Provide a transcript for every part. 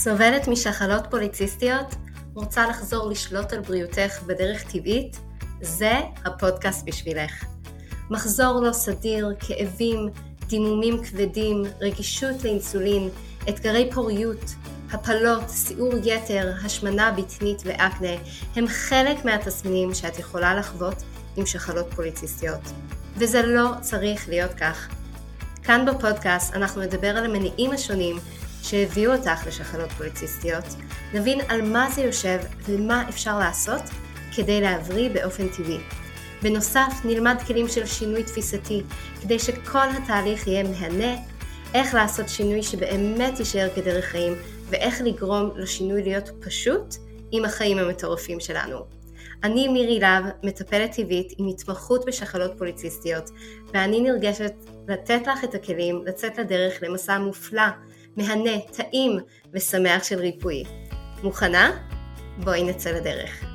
סובלת משחלות פוליציסטיות? רוצה לחזור לשלוט על בריאותך בדרך טבעית? זה הפודקאסט בשבילך. מחזור לא סדיר, כאבים, דימומים כבדים, רגישות לאינסולין, אתגרי פוריות, הפלות, סיעור יתר, השמנה בטנית ואקנה הם חלק מהתסמינים שאת יכולה לחוות עם שחלות פוליציסטיות. וזה לא צריך להיות כך. כאן בפודקאסט אנחנו נדבר על המניעים השונים שהביאו אותך לשחלות פוליציסטיות, נבין על מה זה יושב ומה אפשר לעשות כדי להבריא באופן טבעי. בנוסף נלמד כלים של שינוי תפיסתי כדי שכל התהליך יהיה מהנה, איך לעשות שינוי שבאמת יישאר כדרך חיים ואיך לגרום לשינוי להיות פשוט עם החיים המטורפים שלנו. אני מירי להב, מטפלת טבעית עם התמחות בשחלות פוליציסטיות, ואני נרגשת לתת לך את הכלים לצאת לדרך למסע מופלא, מהנה, טעים ושמח של ריפוי. מוכנה? בואי נצא לדרך.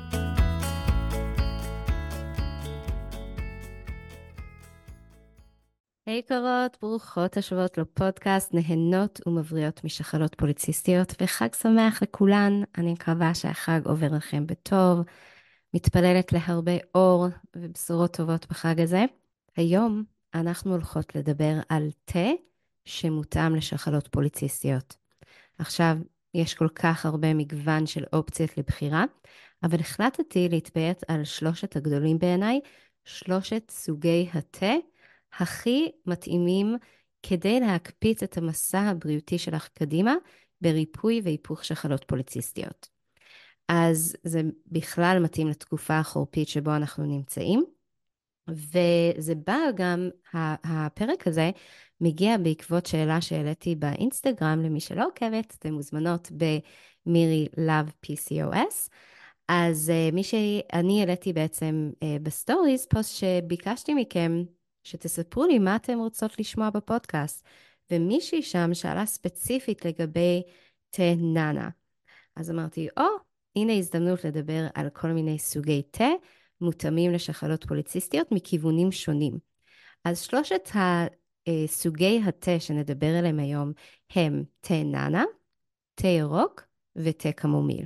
היי קרות, ברוכות השבות לפודקאסט נהנות ומבריאות משחלות פוליציסטיות, וחג שמח לכולן. אני מקווה שהחג עובר לכם בטוב, מתפללת להרבה אור ובשורות טובות בחג הזה. היום אנחנו הולכות לדבר על תה שמותאם לשחלות פוליציסטיות. עכשיו, יש כל כך הרבה מגוון של אופציות לבחירה, אבל החלטתי להתביית על שלושת הגדולים בעיניי, שלושת סוגי התה הכי מתאימים כדי להקפיץ את המסע הבריאותי שלך קדימה, בריפוי והיפוך שחלות פוליציסטיות. אז זה בכלל מתאים לתקופה החורפית שבו אנחנו נמצאים, וזה בא גם, הפרק הזה מגיע בעקבות שאלה שהעליתי באינסטגרם, למי שלא עוקבת, אתן מוזמנות במירי להב PCOS, אז אני העליתי בעצם בסטוריז פוסט שביקשתי מכם שתספרו לי מה אתם רוצות לשמוע בפודקאסט, ומישהי שם שאלה ספציפית לגבי תה נאנה. אז אמרתי, הנה הזדמנות לדבר על כל מיני סוגי תה, מותאמים לשחלות פוליציסטיות מכיוונים שונים. אז שלושת סוגי התה שנדבר עליהם היום הם תה נאנה, תה ירוק ותה קמומיל.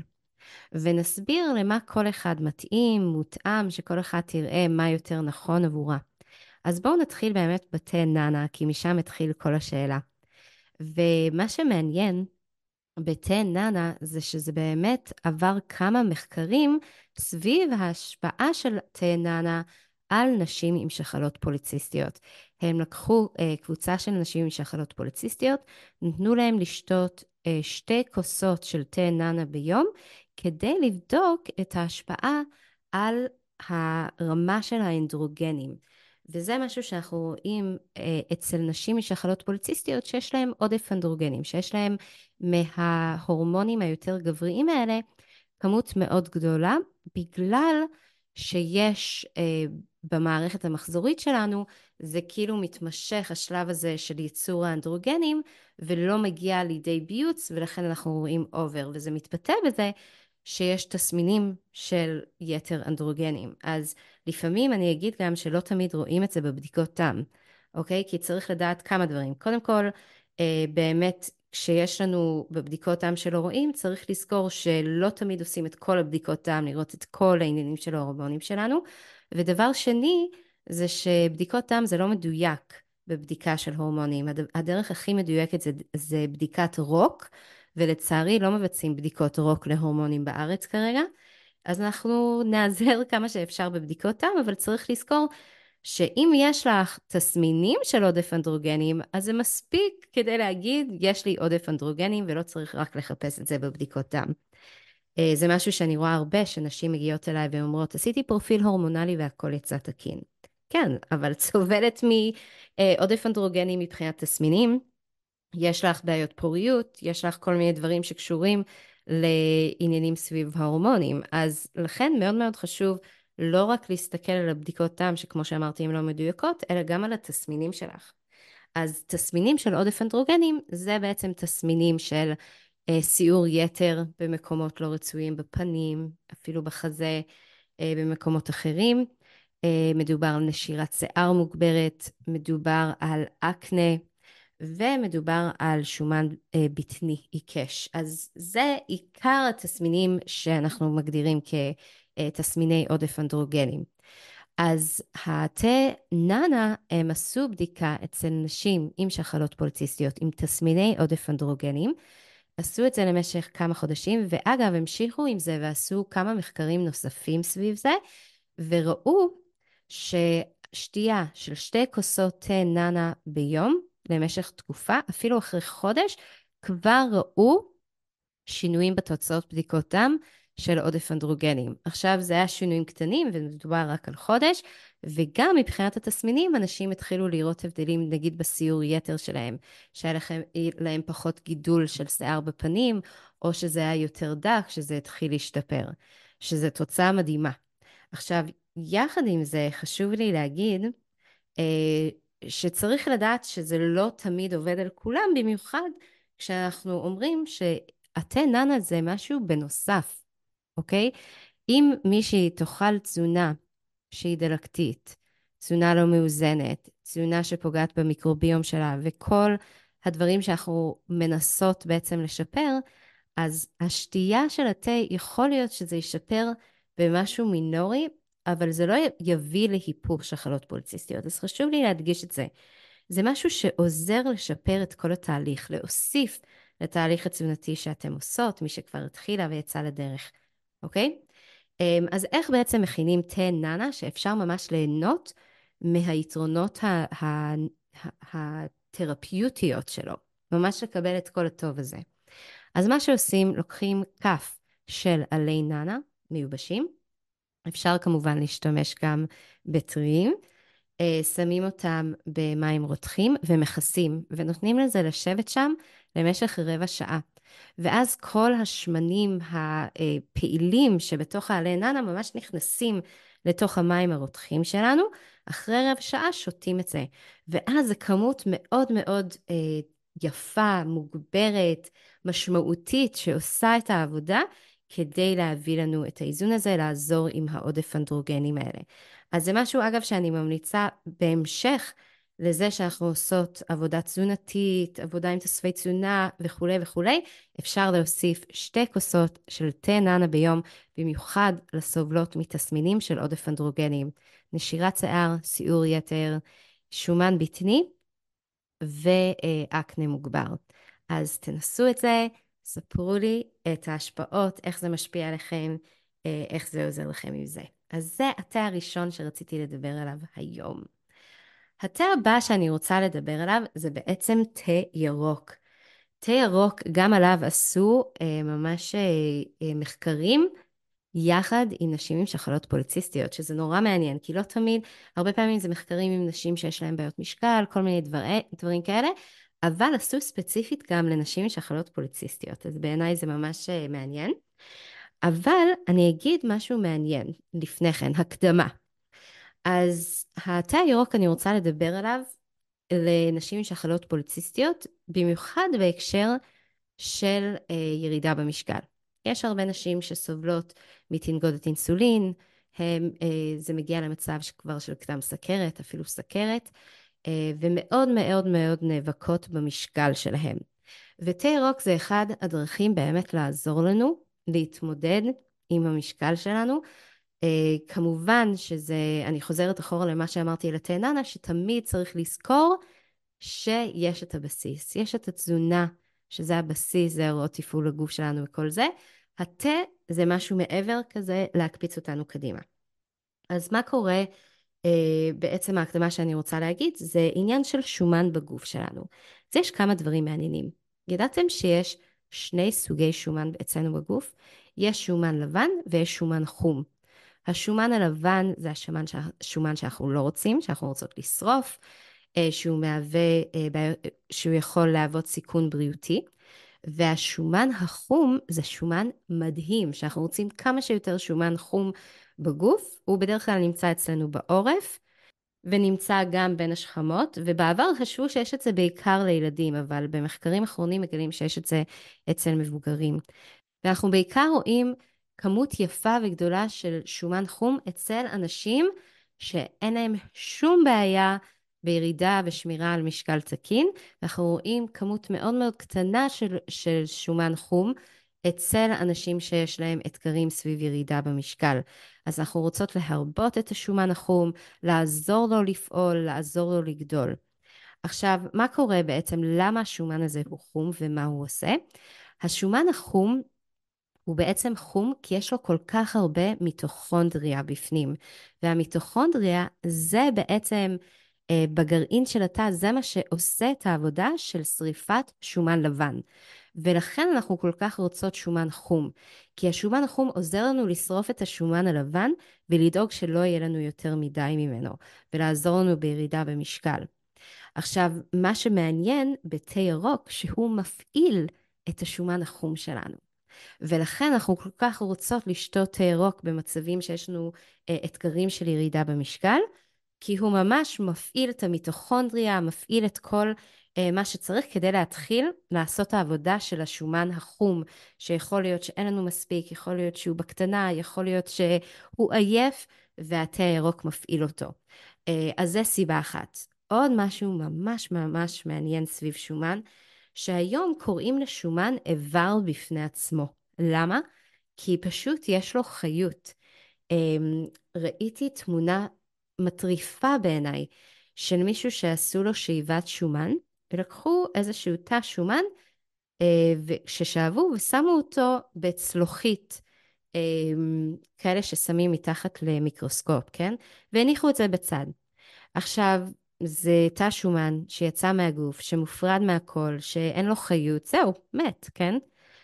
ונסביר למה כל אחד מתאים, מותאם, שכל אחד תראה מה יותר נכון עבורה. אז בואו נתחיל באמת בתה נאנה, כי משם התחיל כל השאלה. ומה שמעניין בתה נאנה זה שזה באמת עבר כמה מחקרים סביב ההשפעה של תה נאנה על נשים עם שחלות פוליציסטיות. הם לקחו קבוצה של נשים עם שחלות פוליציסטיות, נתנו להם לשתות 2 כוסות של תה נאנה ביום, כדי לבדוק את ההשפעה על הרמה של האנדרוגנים. וזה משהו שאנחנו רואים אצל נשים משחלות פוליציסטיות שיש להם עודף אנדרוגנים, שיש להם מההורמונים היותר גבריים האלה כמות מאוד גדולה, בגלל שיש במערכת המחזורית שלנו, זה כאילו מתמשך השלב הזה של ייצור האנדרוגנים, ולא מגיע לידי ביוץ, ולכן אנחנו רואים אובר, וזה מתבטא בזה שיש תסמינים של יתר אנדרוגנים. אז לפעמים אני אגיד גם שלא תמיד רואים את זה בבדיקות דם, אוקיי? כי צריך לדעת כמה דברים. קודם כל, באמת, כשיש לנו בבדיקות דם שלא רואים, צריך לזכור שלא תמיד עושים את כל הבדיקות דם, לראות את כל העניינים של ההורמונים שלנו. ודבר שני, זה שבדיקות דם זה לא מדויק בבדיקה של הורמונים. הדרך הכי מדויקת זה בדיקת רוק, ולצערי לא מבצעים בדיקות רוק להורמונים בארץ כרגע. אז אנחנו נעזר כמה שאפשר בבדיקות דם, אבל צריך לזכור שאם יש לך תסמינים של עודף אנדרוגנים, אז זה מספיק כדי להגיד, יש לי עודף אנדרוגנים, ולא צריך רק לחפש את זה בבדיקות דם. זה משהו שאני רואה הרבה, שנשים מגיעות אליי ואומרות, עשיתי פרופיל הורמונלי והכל יצא תקין. כן, אבל סובלת מעודף אנדרוגנים מבחינת תסמינים, יש לך בעיות פוריות, יש לך כל מיני דברים שקשורים לעניינים סביב ההורמונים, אז לכן מאוד מאוד חשוב לא רק להסתכל על הבדיקות דם, שכמו שאמרתי הן לא מדויקות, אלא גם על התסמינים שלך. אז תסמינים של עודף אנדרוגנים, זה בעצם תסמינים של סיעור יתר במקומות לא רצויים בפנים, אפילו בחזה, במקומות אחרים. מדובר על נשירת שיער מוגברת, מדובר על אקנה, ומדובר על שומן בטני עיקש. אז זה עיקר התסמינים שאנחנו מגדירים כתסמיני עודף אנדרוגנים. אז התה נאנה הם עשו בדיקה אצל נשים עם שחלות פוליציסטיות עם תסמיני עודף אנדרוגנים, עשו את זה למשך כמה חודשים, ואגב המשיכו עם זה ועשו כמה מחקרים נוספים סביב זה, וראו ששתייה של 2 כוסות תה נאנה ביום למשך תקופה, אפילו אחרי חודש, כבר ראו שינויים בתוצאות בדיקות דם של עודף אנדרוגנים. עכשיו זה היה שינויים קטנים ומדובר רק על חודש, וגם מבחינת התסמינים אנשים התחילו לראות הבדלים נגיד בסיור יתר שלהם, שהיה להם פחות גידול של שיער בפנים, או שזה היה יותר דק, שזה התחיל להשתפר, שזה תוצאה מדהימה. עכשיו, יחד עם זה חשוב לי להגיד שצריך לדעת שזה לא תמיד עובד על כולם, במיוחד כשאנחנו אומרים שהתה נאנה זה משהו בנוסף, אוקיי? אם מישהי תאכל תזונה שהיא דלקתית, תזונה לא מאוזנת, תזונה שפוגעת במיקרוביום שלה, וכל הדברים שאנחנו מנסות בעצם לשפר, אז השתייה של התה יכול להיות שזה ישפר במשהו מינורי, אבל זה לא יביא להיפוך שחלות פוליציסטיות. אז חשוב לי להדגיש את זה. זה משהו שעוזר לשפר את כל התהליך, להוסיף לתהליך התזונתי שאתם עושות, מי שכבר התחילה ויצא לדרך, אוקיי? אז איך בעצם מכינים תה נאנה שאפשר ממש ליהנות מהיתרונות התרפיוטיות שלו, ממש לקבל את כל הטוב הזה. אז מה שעושים, לוקחים כף של עלי נאנה מיובשים, אפשר כמובן להשתמש גם בטריים, שמים אותם במים רותחים ומכסים, ונותנים לזה לשבת שם למשך רבע שעה. ואז כל השמנים הפעילים שבתוך העלי נאנה ממש נכנסים לתוך המים הרותחים שלנו, אחרי רבע שעה שותים את זה. ואז זו כמות מאוד מאוד יפה, מוגברת, משמעותית, שעושה את העבודה, כדי להביא לנו את האיזון הזה, לעזור עם העודף אנדרוגנים האלה. אז זה משהו, אגב, שאני ממליצה בהמשך לזה שאנחנו עושות עבודה תזונתית, עבודה עם תוספי תזונה וכו' וכו', אפשר להוסיף 2 כוסות של תה נאנה ביום, במיוחד לסובלות מתסמינים של עודף אנדרוגנים, נשירת שיער, שיעור יתר, שומן בטני ואקנה מוגבר. אז תנסו את זה, ספרו לי את ההשפעות, איך זה משפיע עליכם, איך זה עוזר לכם עם זה. אז זה התה הראשון שרציתי לדבר עליו היום. התה הבא שאני רוצה לדבר עליו זה בעצם תה ירוק. תה ירוק, גם עליו עשו ממש מחקרים יחד עם נשים עם שחלות פוליציסטיות, שזה נורא מעניין, כי לא תמיד, הרבה פעמים זה מחקרים עם נשים שיש להם בעיות משקל, כל מיני דברים כאלה, אבל עשו ספציפית גם לנשים עם שחלות פוליציסטיות, אז בעיניי זה ממש מעניין. אבל אני אגיד משהו מעניין לפני כן, הקדמה. אז התה הירוק אני רוצה לדבר עליו לנשים עם שחלות פוליציסטיות, במיוחד בהקשר של ירידה במשקל. יש הרבה נשים שסובלות מתנגודת אינסולין, זה מגיע למצב שכבר של קדם סכרת, אפילו סכרת, ומאוד מאוד מאוד נאבקות במשקל שלהם. ותה ירוק זה אחד הדרכים באמת לעזור לנו להתמודד עם המשקל שלנו. כמובן שזה, אני חוזרת אחורה למה שאמרתי על התה נאנה, שתמיד צריך לזכור שיש את הבסיס, יש את התזונה, שזה הבסיס, זה הוראות תפעול הגוף שלנו וכל זה. התה זה משהו מעבר כזה להקפיץ אותנו קדימה. אז מה קורה בעצם ההקדמה שאני רוצה להגיד, זה עניין של שומן בגוף שלנו. אז יש כמה דברים מעניינים. ידעתם שיש 2 סוגי שומן אצלנו בגוף? יש שומן לבן ויש שומן חום. השומן הלבן זה השומן שאנחנו לא רוצים, שאנחנו רוצות לשרוף, שהוא שהוא יכול להוות סיכון בריאותי. והשומן החום זה שומן מדהים, שאנחנו רוצים כמה שיותר שומן חום בגוף, הוא בדרך כלל נמצא אצלנו בעורף, ונמצא גם בין השכמות, ובעבר חשבו שיש את זה בעיקר לילדים, אבל במחקרים אחרונים מגלים שיש את זה אצל מבוגרים. ואנחנו בעיקר רואים כמות יפה וגדולה של שומן חום אצל אנשים שאין להם שום בעיה וירידה ושמירה על משקל תקין, ואנחנו רואים כמות מאוד מאוד קטנה של שומן חום אצל אנשים שיש להם אתגרים סביב ירידה במשקל. אז אנחנו רוצות להרבות את השומן החום, לעזור לו לפעול, לעזור לו לגדול. עכשיו, מה קורה בעצם? למה השומן הזה הוא חום ומה הוא עושה? השומן החום הוא בעצם חום כי יש לו כל כך הרבה מיטוכונדריה בפנים. והמיטוכונדריה זה בעצם בגרעין של התא, זה מה שעושה את העבודה של שריפת שומן לבן. ולכן אנחנו כל כך רוצות שומן חום. כי השומן החום עוזר לנו לשרוף את השומן הלבן ולדאוג שלא יהיה לנו יותר מדי ממנו. ולעזור לנו בירידה במשקל. עכשיו, מה שמעניין בתה ירוק שהוא מפעיל את השומן החום שלנו. ולכן אנחנו כל כך רוצות לשתות תה ירוק במצבים שיש לנו אתגרים של ירידה במשקל, כי הוא ממש מפעיל את המיטוכונדריה, מפעיל את כל מה שצריך כדי להתחיל לעשות העבודה של השומן החום, שיכול להיות שאין לנו מספיק, יכול להיות שהוא בקטנה, יכול להיות שהוא עייף, והתה הירוק מפעיל אותו. אז זה סיבה אחת. עוד משהו ממש ממש מעניין סביב שומן, שהיום קוראים לשומן איבר בפני עצמו. למה? כי פשוט יש לו חיות. ראיתי תמונה מטריפה בעיניי של מישהו שעשו לו שאיבת שומן, ולקחו איזשהו תא שומן ששאבו ושמו אותו בצלוחית, כאלה ששמים מתחת למיקרוסקופ, כן? והניחו את זה בצד. עכשיו, זה תא שומן שיצא מהגוף, שמופרד מהכל, שאין לו חיות, זהו, מת, כן?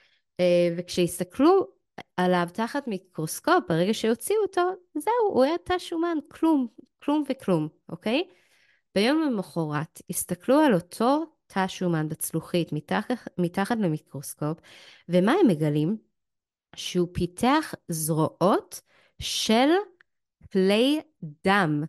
וכשהסתכלו עליו תחת מיקרוסקופ, ברגע שהוציאו אותו, זהו, הוא היה תא שומן, כלום, כלום וכלום, אוקיי? ביום למחרת, הסתכלו על אותו תא שומן בצלוחית, מתחת למיקרוסקופ, ומה הם מגלים? שהוא פיתח זרועות של כלי דם,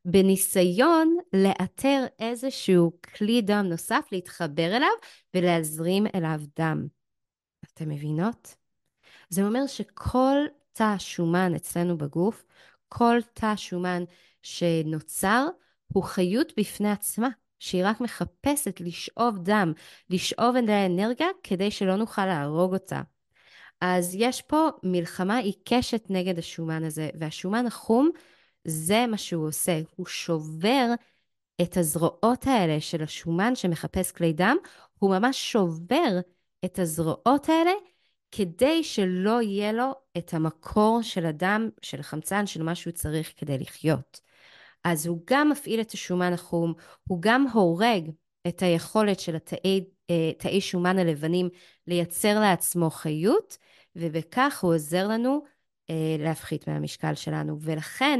בניסיון לאתר איזשהו כלי דם נוסף, להתחבר אליו ולהזרים אליו דם. אתם מבינות? זה אומר שכל תא שומן אצלנו בגוף, כל תא שומן שנוצר, הוא חיות בפני עצמה, שהיא רק מחפשת לשאוב דם, לשאוב את האנרגיה, כדי שלא נוכל להרוג אותה. אז יש פה מלחמה עיקשת נגד השומן הזה, והשומן החום, זה מה שהוא עושה, הוא שובר את הזרועות האלה של השומן שמחפש כלי דם, הוא ממש שובר את הזרועות האלה, כדי שלא יהיה לו את המקור של הדם, של החמצן, של מה שהוא צריך כדי לחיות. אז הוא גם מפעיל את השומן החום, הוא גם הורג את היכולת של תאי שומן הלבנים לייצר לעצמו חיות, ובכך הוא עוזר לנו להפחית מהמשקל שלנו. ולכן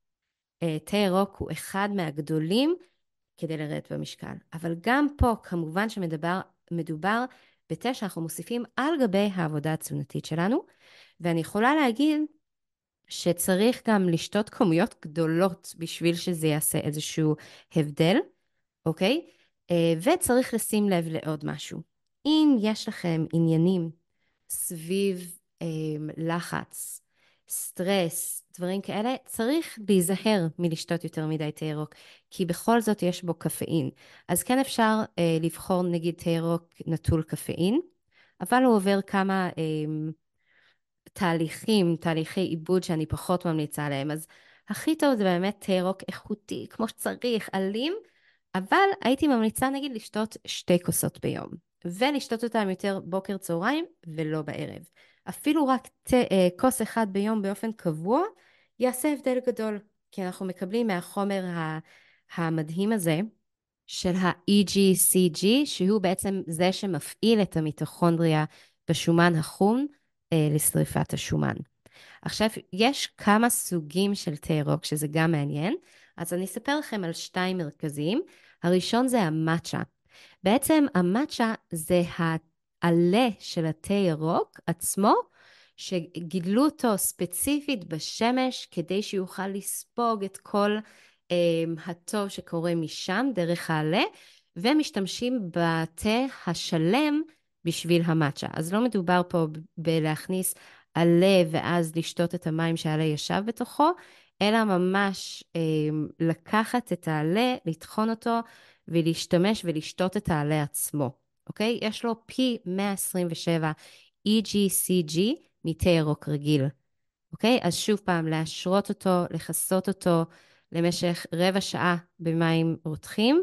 תה ירוק הוא אחד מהגדולים כדי לרדת במשקל. אבל גם פה כמובן שמדובר בתה שאנחנו מוסיפים על גבי העבודה התזונתית שלנו, ואני יכולה להגיד שצריך גם לשתות כמויות גדולות בשביל שזה יעשה איזשהו הבדל, אוקיי? וצריך לשים לב לעוד משהו. אם יש לכם עניינים סביב לחץ, סטרס, דברים כאלה, צריך להיזהר מלשתות יותר מדי תה ירוק, כי בכל זאת יש בו קפאין. אז כן אפשר לבחור נגיד תה ירוק נטול קפאין, אבל הוא עובר כמה תהליכי עיבוד שאני פחות ממליצה עליהם. אז הכי טוב זה באמת תה ירוק איכותי, כמו שצריך, אלים, אבל הייתי ממליצה נגיד לשתות 2 כוסות ביום, ולשתות אותם יותר בוקר צהריים ולא בערב. אפילו רק כוס אחד ביום באופן קבוע, יעשה הבדל גדול, כי אנחנו מקבלים מהחומר המדהים הזה, של ה-EGCG, שהוא בעצם זה שמפעיל את המיטוכונדריה בשומן החום לשריפת השומן. עכשיו, יש כמה סוגים של תה ירוק, שזה גם מעניין, אז אני אספר לכם על 2 מרכזיים. הראשון זה המאצ'ה. בעצם המאצ'ה זה העלה של התה ירוק עצמו, שגידלו אותו ספציפית בשמש, כדי שיוכל לספוג את כל הטוב שקורה משם, דרך העלה, ומשתמשים בתה השלם בשביל המאצ'ה. אז לא מדובר פה בלהכניס עלה ואז לשתות את המים שהעלה ישב בתוכו, אלא ממש לקחת את העלה, לטחון אותו ולהשתמש ולשתות את העלה עצמו, אוקיי? יש לו פי 127 EGCG מתה ירוק רגיל, אוקיי? אז שוב פעם, להשרות אותו, לכסות אותו למשך רבע שעה במים רותחים.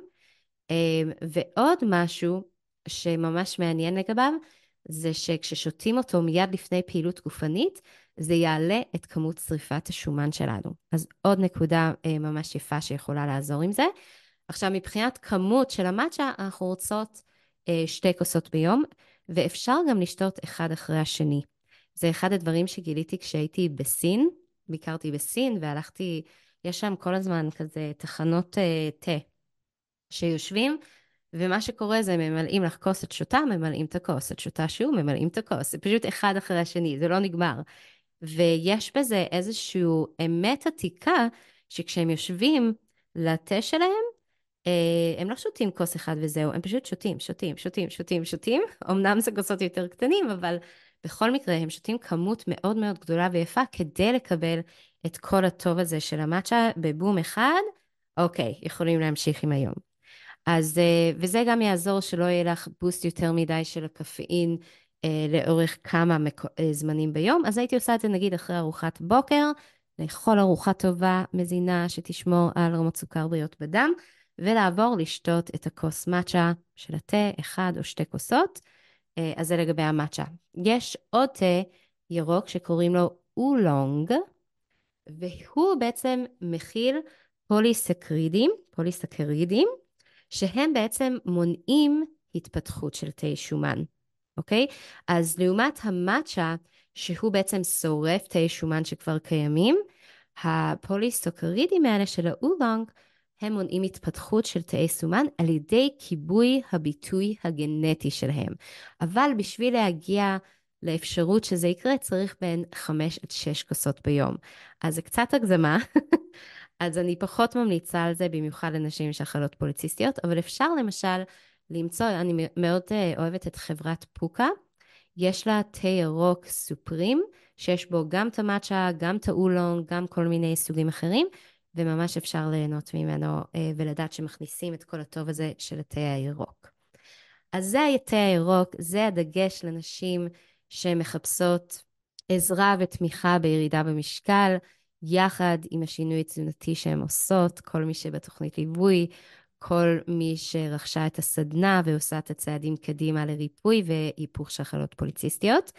ועוד משהו שממש מעניין לגביו, זה שכששותים אותו מיד לפני פעילות גופנית, זה יעלה את כמות שריפת השומן שלנו. אז עוד נקודה ממש יפה שיכולה לעזור עם זה. עכשיו, מבחינת כמות של המאצ'ה, אנחנו רוצות 2 כוסות ביום, ואפשר גם לשתות אחד אחרי השני. זה אחד הדברים שגיליתי כשהייתי בסין, ביקרתי בסין והלכתי, יש שם כל הזמן כזה תחנות תה שיושבים, ומה שקורה זה ממלאים לך כוס, את שותה, ממלאים את הכוס, את שותה שוב, ממלאים את הכוס. זה פשוט אחד אחרי השני, זה לא נגמר. ויש בזה איזושהי אמת עתיקה, שכשהם יושבים לתה שלהם, הם לא שותים כוס אחד וזהו, הם פשוט שותים, שותים, שותים, שותים, שותים. אמנם זה כוסות יותר קטנים, אבל בכל מקרה הם שותים כמות מאוד מאוד גדולה ויפה, כדי לקבל את כל הטוב הזה של המאצ'ה בבום אחד. אוקיי, יכולים להמשיך עם היום. אז, וזה גם יעזור שלא יהיה לך בוסט יותר מדי של הקפאין לאורך כמה זמנים ביום. אז הייתי עושה את זה נגיד אחרי ארוחת בוקר, לאכול ארוחה טובה, מזינה, שתשמור על רמות סוכר בריאות בדם, ולעבור לשתות את הכוס מאצ'ה של התה, 1 או 2 כוסות. אז זה לגבי המאצ'ה. יש עוד תה ירוק שקוראים לו אולונג, והוא בעצם מכיל פוליסקרידים, שהם בעצם מונעים התפתחות של תאי שומן, אוקיי? אז לעומת המאצ'ה, שהוא בעצם שורף תאי שומן שכבר קיימים, הפוליסקרידים האלה של האולונג, הם מונעים התפתחות של תאי שומן על ידי כיבוי הביטוי הגנטי שלהם. אבל בשביל להגיע לאפשרות שזה יקרה, צריך בין 5 עד 6 כוסות ביום. אז זה קצת הגזמה, אז אני פחות ממליצה על זה, במיוחד לנשים עם שחלות פוליציסטיות, אבל אפשר למשל למצוא, אני מאוד אוהבת את חברת פוקה, יש לה תה ירוק סופרים, שיש בו גם את המאצ'ה, גם את האולונג, גם כל מיני סוגים אחרים, וממש אפשר ליהנות ממנו ולדעת שמכניסים את כל הטוב הזה של התה הירוק. אז זה התה הירוק, זה הדגש לנשים שמחפשות עזרה ותמיכה בירידה במשקל, יחד עם השינוי התזונתי שהן עושות, כל מי שבתוכנית ליווי, כל מי שרכשה את הסדנה ועושה את הצעדים קדימה לריפוי והיפוך שחלות פוליציסטיות.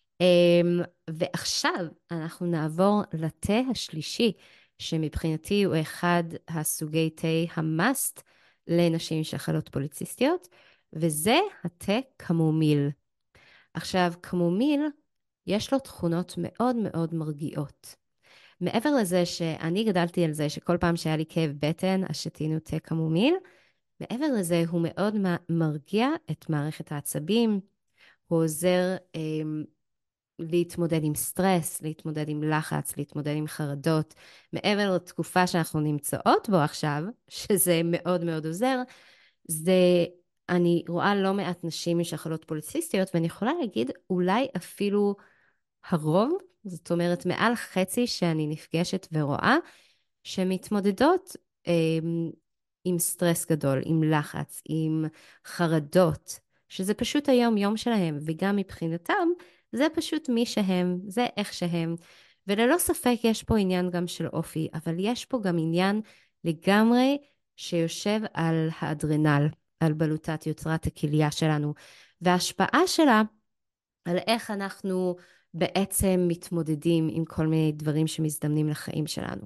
ועכשיו אנחנו נעבור לתה השלישי, שמבחינתי הוא אחד הסוגי תה המאסט לנשים עם שחלות פוליציסטיות, וזה התה קמומיל. עכשיו, קמומיל יש לו תכונות מאוד מאוד מרגיעות. מעבר לזה שאני גדלתי על זה שכל פעם שהיה לי כאב בטן, אז שתינו תה קמומיל, מעבר לזה הוא מאוד מרגיע את מערכת העצבים, הוא עוזר להתמודד עם סטרס, להתמודד עם לחץ, להתמודד עם חרדות. מעבר לתקופה שאנחנו נמצאות בו עכשיו, שזה מאוד מאוד עוזר, זה, אני רואה לא מעט נשים משחלות פוליציסטיות, ואני יכולה להגיד אולי אפילו הרוב, זאת אומרת מעל חצי שאני נפגשת ורואה, שמתמודדות עם סטרס גדול, עם לחץ, עם חרדות, שזה פשוט היום-יום שלהם, וגם מבחינתם, זה פשוט מי שהם, זה איך שהם. וללא ספק יש פה עניין גם של אופי, אבל יש פה גם עניין לגמרי שיושב על האדרנל, על בלוטת יוצרת הכליה שלנו, וההשפעה שלה על איך אנחנו בעצם מתמודדים עם כל מיני דברים שמזדמנים לחיים שלנו.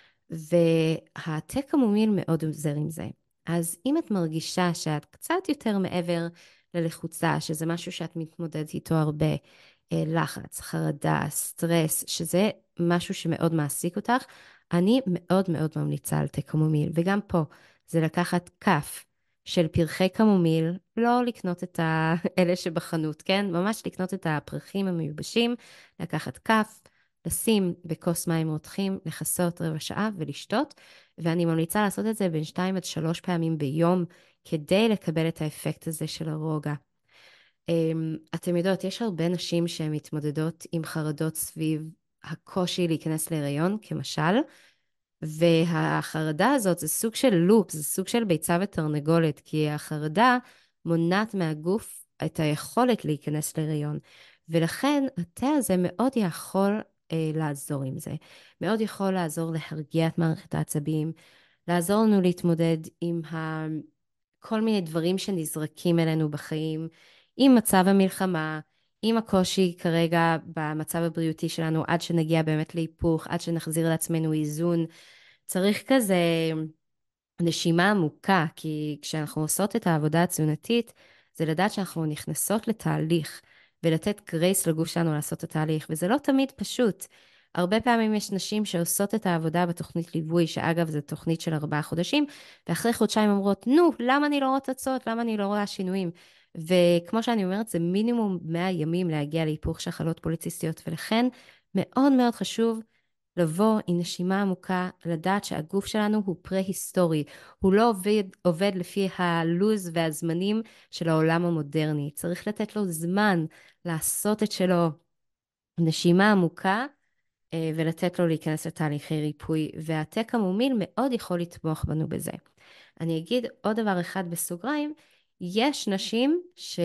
והתה קמומיל מאוד עוזר עם זה. אז אם את מרגישה שאת קצת יותר מעבר ללחוצה, שזה משהו שאת מתמודדת איתו הרבה, לחץ, חרדה, סטרס, שזה משהו שמאוד מעסיק אותך, אני מאוד מאוד ממליצה על תה קמומיל. וגם פה, זה לקחת כף של פרחי קמומיל, לא לקנות את אלה שבחנות, כן? ממש לקנות את הפרחים המיובשים, לקחת כף, לשים בכוס מים רותחים, לכסות רבע שעה ולשתות, ואני ממליצה לעשות את זה בין 2 עד 3 פעמים ביום, כדי לקבל את האפקט הזה של הרוגע. אתם יודעות, יש הרבה נשים שהן מתמודדות עם חרדות סביב הקושי להיכנס להיריון, כמשל, והחרדה הזאת זה סוג של לופ, זה סוג של ביצה ותרנגולת, כי החרדה מונעת מהגוף את היכולת להיכנס להיריון. ולכן התה הזה מאוד יכול לעזור עם זה. מאוד יכול לעזור להרגיע את מערכת העצבים, לעזור לנו להתמודד עם כל מיני דברים שנזרקים אלינו בחיים, עם מצב המלחמה, עם הקושי כרגע במצב הבריאותי שלנו, עד שנגיע באמת להיפוך, עד שנחזיר לעצמנו איזון. צריך כזה נשימה עמוקה, כי כשאנחנו עושות את העבודה התזונתית, זה לדעת שאנחנו נכנסות לתהליך, ולתת גרייס לגוף שלנו לעשות את התהליך, וזה לא תמיד פשוט. הרבה פעמים יש נשים שעושות את העבודה בתוכנית ליווי, שאגב זו תוכנית של 4 חודשים, ואחרי חודשיים אומרות, נו, למה אני לא רואה תוצאות? למה אני לא רואה שינויים? וכמו שאני אומרת, זה מינימום 100 ימים להגיע להיפוך שחלות פוליציסטיות, ולכן מאוד מאוד חשוב לבוא עם נשימה עמוקה, לדעת שהגוף שלנו הוא פרה-היסטורי, הוא לא עובד לפי הלוז והזמנים של העולם המודרני. צריך לתת לו זמן לעשות את שלו, נשימה עמוקה, ולתת לו להיכנס לתהליכי ריפוי, והתה קמומיל מאוד יכול לתמוך בנו בזה. אני אגיד עוד דבר אחד בסוגריים, יש נשים,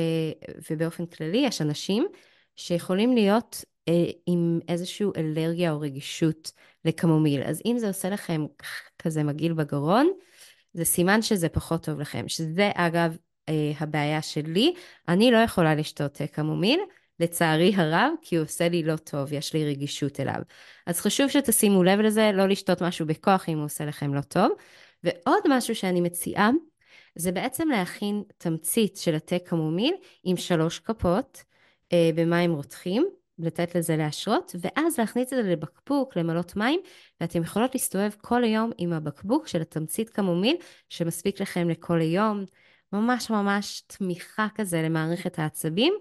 ובאופן כללי יש אנשים, שיכולים להיות עם איזושהי אלרגיה או רגישות לקמומיל. אז אם זה עושה לכם כזה מגעיל בגרון, זה סימן שזה פחות טוב לכם. שזה אגב הבעיה שלי, אני לא יכולה לשתות קמומיל, לצערי הרב, כי הוא עושה לי לא טוב, יש לי רגישות אליו. אז חשוב שתשימו לב לזה, לא לשתות משהו בכוח אם הוא עושה לכם לא טוב. ועוד משהו שאני מציעה, זה בעצם להכין תמצית של התה קמומיל עם 3 כפות במים רותחים, לתת לזה להשרות, ואז להכניס את זה לבקבוק, למלות מים, ואתם יכולות להסתובב כל היום עם הבקבוק של התמצית קמומיל, שמספיק לכם לכל היום, ממש ממש תמיכה כזה למערכת העצבים,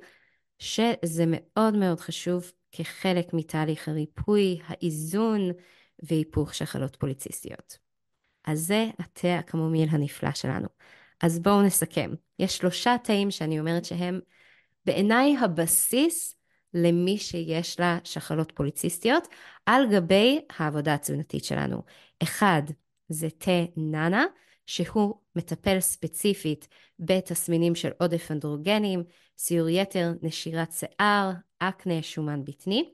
שזה מאוד מאוד חשוב כחלק מתהליך הריפוי, האיזון והיפוך שחלות פוליציסטיות. אז זה התה הקמומיל הנפלא שלנו. אז בואו נסכם. יש 3 תאים שאני אומרת שהם בעיניי הבסיס למי שיש לה שחלות פוליציסטיות, על גבי העבודה התזונתית שלנו. 1, זה תה נאנה, שהוא מטפל ספציפית בתסמינים של עודף אנדרוגנים, סיור יתר, נשירת שיער, אקנה, שומן בטני.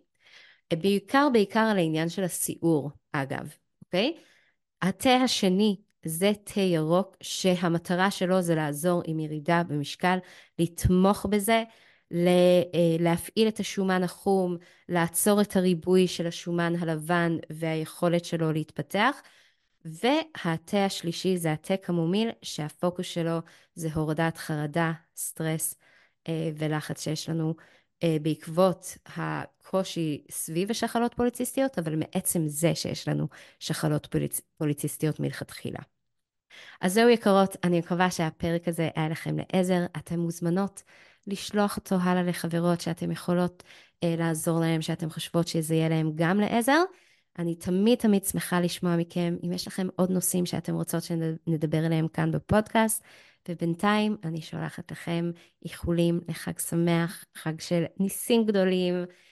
בעיקר על העניין של הסיעור, אגב, אוקיי? התה השני זה תה ירוק, שהמטרה שלו זה לעזור עם ירידה במשקל, לתמוך בזה, להפעיל את השומן החום, לעצור את הריבוי של השומן הלבן והיכולת שלו להתפתח. והתה השלישי זה התה קמומיל, שהפוקוס שלו זה הורדת חרדה, סטרס ולחץ שיש לנו בעקבות הקושי סביב השחלות פוליציסטיות, אבל מעצם זה שיש לנו שחלות פוליציסטיות מלכתחילה. אז זהו יקרות, אני מקווה שהפרק הזה היה לכם לעזר. אתן מוזמנות לשלוח אותו הלאה לחברות שאתן יכולות לעזור להם, שאתן חושבות שזה יהיה להם גם לעזר. אני תמיד שמחה לשמוע מכם, אם יש לכם עוד נושאים שאתם רוצות שנדבר עליהם כאן בפודקאסט, ובינתיים אני שולחת לכם איחולים לחג שמח, חג של ניסים גדולים,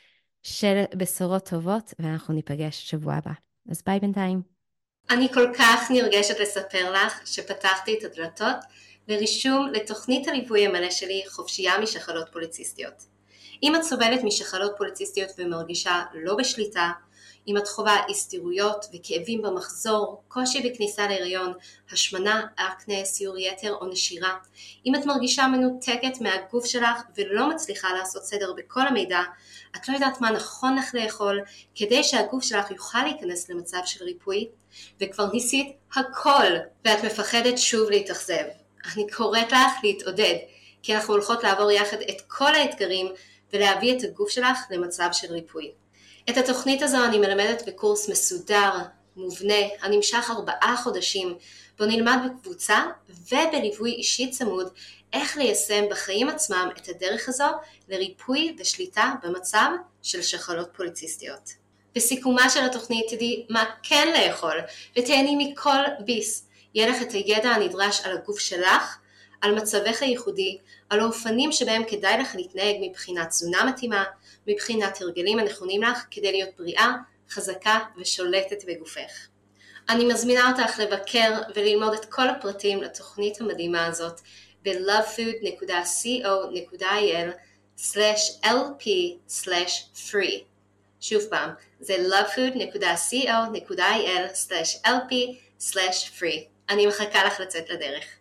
של בשורות טובות, ואנחנו ניפגש שבוע הבא. אז ביי בינתיים. אני כל כך נרגשת לספר לך שפתחתי את הדלתות לרישום לתוכנית הליווי המלא שלי, חופשייה משחלות פוליציסטיות. אם את סובלת משחלות פוליציסטיות ומרגישה לא בשליטה, אם את חווה הסתירויות וכאבים במחזור, קושי בכניסה להיריון, השמנה, אקנה, סיור יתר או נשירה, אם את מרגישה מנותקת מהגוף שלך ולא מצליחה לעשות סדר בכל המידע, את לא יודעת מה נכון לך לאכול כדי שהגוף שלך יוכל להיכנס למצב של ריפוי, וכבר ניסית הכל ואת מפחדת שוב להתאכזב. אני קוראת לך להתעודד, כי אנחנו הולכות לעבור יחד את כל האתגרים ולהביא את הגוף שלך למצב של ריפוי. את התוכנית הזו אני מלמדת בקורס מסודר, מובנה, הנמשך 4 חודשים, בו נלמד בקבוצה ובליווי אישי צמוד איך ליישם בחיים עצמם את הדרך הזו לריפוי ושליטה במצב של שחלות פוליציסטיות. בסיכומה של התוכנית תדעי מה כן לאכול ותהני מכל ביס. יהיה לך את הידע הנדרש על הגוף שלך, על מצבך הייחודי, על האופנים שבהם כדאי לך להתנהג מבחינת תזונה מתאימה, מבחינת הרגלים הנכונים לך כדי להיות בריאה, חזקה ושולטת בגופך. אני מזמינה אותך לבקר וללמוד את כל הפרטים לתוכנית המדהימה הזאת ב-lovefood.co.il/lp/free. שוב פעם, זה lovefood.co.il/lp/free. אני מחכה לך לצאת לדרך.